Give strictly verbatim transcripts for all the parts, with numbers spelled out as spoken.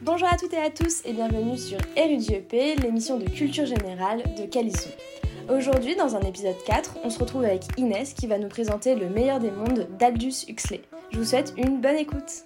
Bonjour à toutes et à tous et bienvenue sur Érudit E P, l'émission de culture générale de Calisson. Aujourd'hui, dans un épisode quatre, on se retrouve avec Inès qui va nous présenter le meilleur des mondes d'Aldous Huxley. Je vous souhaite une bonne écoute.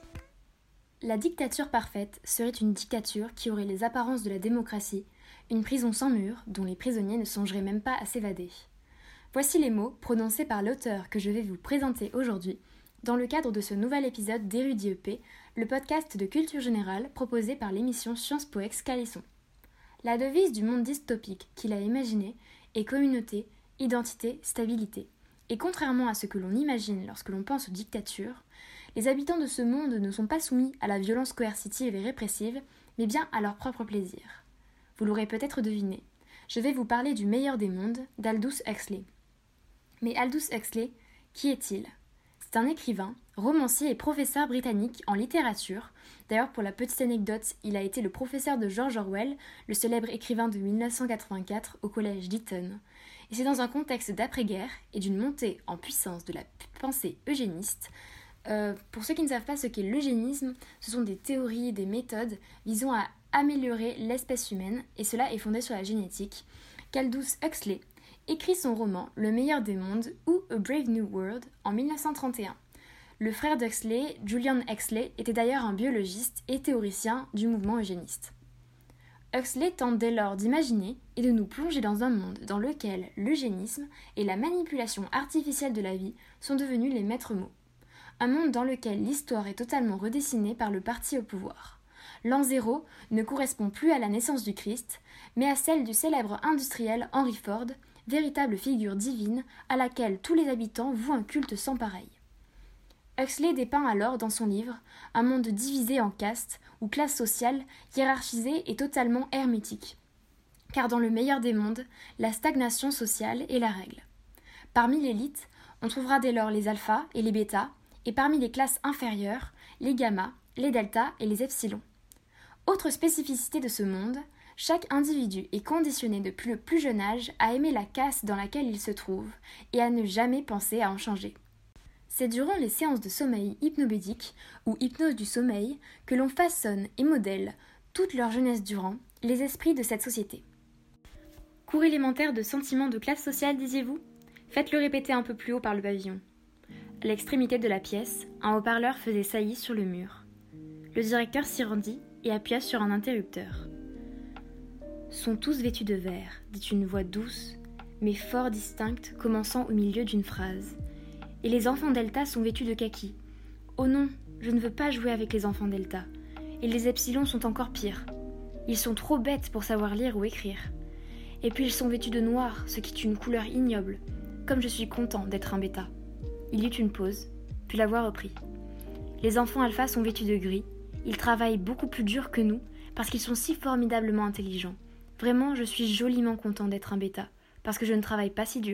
La dictature parfaite serait une dictature qui aurait les apparences de la démocratie, une prison sans murs dont les prisonniers ne songeraient même pas à s'évader. Voici les mots prononcés par l'auteur que je vais vous présenter aujourd'hui, dans le cadre de ce nouvel épisode d'Érudit E P, le podcast de culture générale proposé par l'émission Sciences Po Ex Calisson. La devise du monde dystopique qu'il a imaginé est communauté, identité, stabilité. Et contrairement à ce que l'on imagine lorsque l'on pense aux dictatures, les habitants de ce monde ne sont pas soumis à la violence coercitive et répressive, mais bien à leur propre plaisir. Vous l'aurez peut-être deviné, je vais vous parler du meilleur des mondes d'Aldous Huxley. Mais Aldous Huxley, qui est-il ? C'est un écrivain, romancier et professeur britannique en littérature. D'ailleurs, pour la petite anecdote, il a été le professeur de George Orwell, le célèbre écrivain de dix-neuf cent quatre-vingt-quatre, au collège d'Eton. Et c'est dans un contexte d'après-guerre et d'une montée en puissance de la pensée eugéniste. Euh, pour ceux qui ne savent pas ce qu'est l'eugénisme, ce sont des théories et des méthodes visant à améliorer l'espèce humaine, et cela est fondé sur la génétique, qu'Aldous Huxley écrit son roman Le meilleur des mondes ou A Brave New World en dix-neuf cent trente et un. Le frère d'Huxley, Julian Huxley, était d'ailleurs un biologiste et théoricien du mouvement eugéniste. Huxley tente dès lors d'imaginer et de nous plonger dans un monde dans lequel l'eugénisme et la manipulation artificielle de la vie sont devenus les maîtres mots. Un monde dans lequel l'histoire est totalement redessinée par le parti au pouvoir. L'an zéro ne correspond plus à la naissance du Christ, mais à celle du célèbre industriel Henry Ford, véritable figure divine à laquelle tous les habitants vouent un culte sans pareil. Huxley dépeint alors dans son livre un monde divisé en castes ou classes sociales, hiérarchisées et totalement hermétiques. Car dans le meilleur des mondes, la stagnation sociale est la règle. Parmi l'élite, on trouvera dès lors les alphas et les bêtas, et parmi les classes inférieures, les gammas, les deltas et les epsilons. Autre spécificité de ce monde, chaque individu est conditionné depuis le plus jeune âge à aimer la caste dans laquelle il se trouve et à ne jamais penser à en changer. C'est durant les séances de sommeil hypnobédique ou hypnose du sommeil que l'on façonne et modèle toute leur jeunesse durant les esprits de cette société. Cours élémentaire de sentiment de classe sociale, disiez-vous ? Faites-le répéter un peu plus haut par le pavillon. À l'extrémité de la pièce, un haut-parleur faisait saillie sur le mur. Le directeur s'y rendit et appuya sur un interrupteur. « Sont tous vêtus de vert », dit une voix douce, mais fort distincte, commençant au milieu d'une phrase. « Et les enfants delta sont vêtus de kaki. Oh non, je ne veux pas jouer avec les enfants delta. Et les epsilons sont encore pires. Ils sont trop bêtes pour savoir lire ou écrire. Et puis ils sont vêtus de noir, ce qui est une couleur ignoble. Comme je suis content d'être un bêta. » Il y eut une pause, puis la voix reprit. « Les enfants alpha sont vêtus de gris. Ils travaillent beaucoup plus dur que nous, parce qu'ils sont si formidablement intelligents. Vraiment, je suis joliment content d'être un bêta, parce que je ne travaille pas si dur. »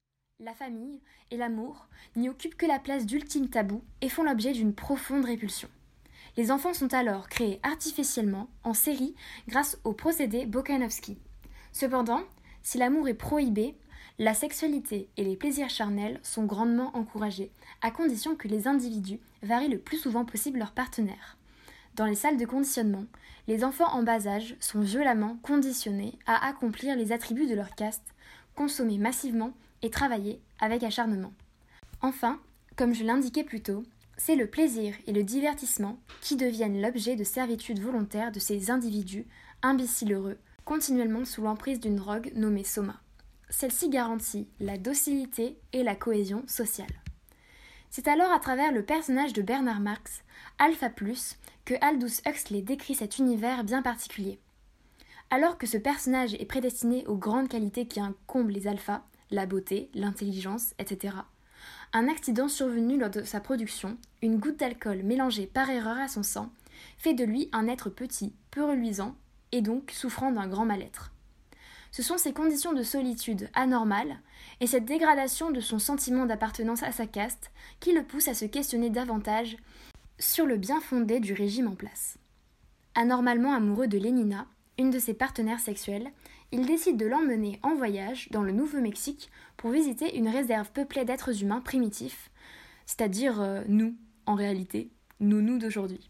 La famille et l'amour n'y occupent que la place d'ultime tabou et font l'objet d'une profonde répulsion. Les enfants sont alors créés artificiellement, en série, grâce au procédé Bokanovsky. Cependant, si l'amour est prohibé, la sexualité et les plaisirs charnels sont grandement encouragés, à condition que les individus varient le plus souvent possible leur partenaire. Dans les salles de conditionnement, les enfants en bas âge sont violemment conditionnés à accomplir les attributs de leur caste, consommer massivement et travailler avec acharnement. Enfin, comme je l'indiquais plus tôt, c'est le plaisir et le divertissement qui deviennent l'objet de servitude volontaire de ces individus, imbéciles heureux, continuellement sous l'emprise d'une drogue nommée soma. Celle-ci garantit la docilité et la cohésion sociale. C'est alors à travers le personnage de Bernard Marx, Alpha Plus, que Aldous Huxley décrit cet univers bien particulier. Alors que ce personnage est prédestiné aux grandes qualités qui incombent les alphas, la beauté, l'intelligence, et cetera, un accident survenu lors de sa production, une goutte d'alcool mélangée par erreur à son sang, fait de lui un être petit, peu reluisant, et donc souffrant d'un grand mal-être. Ce sont ces conditions de solitude anormales et cette dégradation de son sentiment d'appartenance à sa caste qui le poussent à se questionner davantage sur le bien fondé du régime en place. Anormalement amoureux de Lénina, une de ses partenaires sexuelles, il décide de l'emmener en voyage dans le Nouveau-Mexique pour visiter une réserve peuplée d'êtres humains primitifs, c'est-à-dire euh, nous, en réalité, nous nous d'aujourd'hui.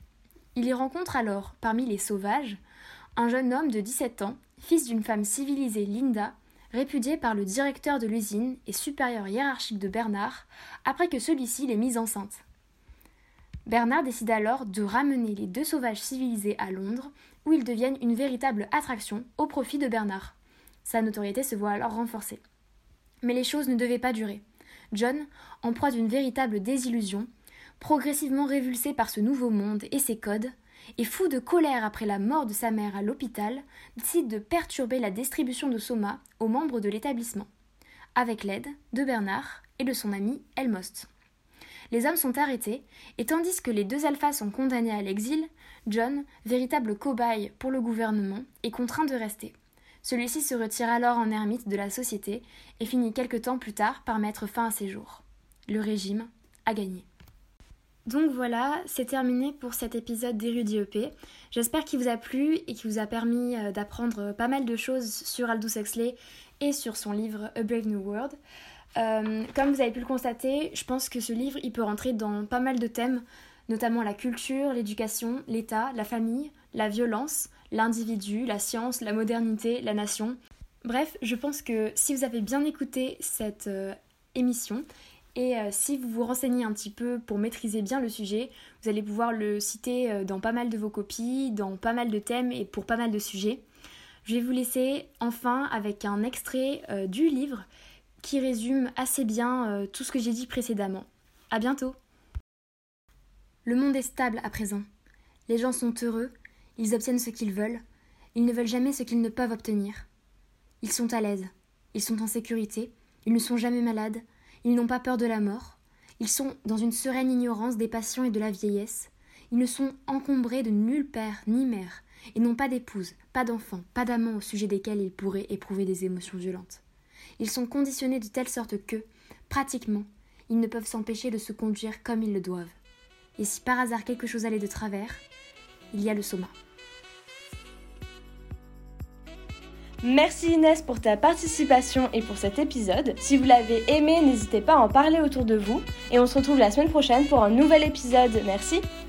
Il y rencontre alors, parmi les sauvages, un jeune homme de dix-sept ans, fils d'une femme civilisée Linda, répudiée par le directeur de l'usine et supérieur hiérarchique de Bernard, après que celui-ci l'ait mise enceinte. Bernard décide alors de ramener les deux sauvages civilisés à Londres, où ils deviennent une véritable attraction au profit de Bernard. Sa notoriété se voit alors renforcée. Mais les choses ne devaient pas durer. John, en proie d'une véritable désillusion, progressivement révulsé par ce nouveau monde et ses codes, et fou de colère après la mort de sa mère à l'hôpital, décide de perturber la distribution de soma aux membres de l'établissement, avec l'aide de Bernard et de son ami Elmost. Les hommes sont arrêtés, et tandis que les deux alphas sont condamnés à l'exil, John, véritable cobaye pour le gouvernement, est contraint de rester. Celui-ci se retire alors en ermite de la société et finit quelque temps plus tard par mettre fin à ses jours. Le régime a gagné. Donc voilà, c'est terminé pour cet épisode d'Érudit E P. J'espère qu'il vous a plu et qu'il vous a permis d'apprendre pas mal de choses sur Aldous Huxley et sur son livre A Brave New World. Euh, comme vous avez pu le constater, je pense que ce livre il peut rentrer dans pas mal de thèmes, notamment la culture, l'éducation, l'État, la famille, la violence, l'individu, la science, la modernité, la nation. Bref, je pense que si vous avez bien écouté cette euh, émission, et euh, si vous vous renseignez un petit peu pour maîtriser bien le sujet, vous allez pouvoir le citer euh, dans pas mal de vos copies, dans pas mal de thèmes et pour pas mal de sujets. Je vais vous laisser enfin avec un extrait euh, du livre qui résume assez bien euh, tout ce que j'ai dit précédemment. À bientôt! Le monde est stable à présent. Les gens sont heureux, ils obtiennent ce qu'ils veulent, ils ne veulent jamais ce qu'ils ne peuvent obtenir. Ils sont à l'aise, ils sont en sécurité, ils ne sont jamais malades, ils n'ont pas peur de la mort, ils sont dans une sereine ignorance des passions et de la vieillesse, ils ne sont encombrés de nul père ni mère, et n'ont pas d'épouse, pas d'enfants, pas d'amants au sujet desquels ils pourraient éprouver des émotions violentes. Ils sont conditionnés de telle sorte que, pratiquement, ils ne peuvent s'empêcher de se conduire comme ils le doivent. Et si par hasard quelque chose allait de travers, il y a le soma. Merci Inès pour ta participation et pour cet épisode. Si vous l'avez aimé, n'hésitez pas à en parler autour de vous. Et on se retrouve la semaine prochaine pour un nouvel épisode. Merci.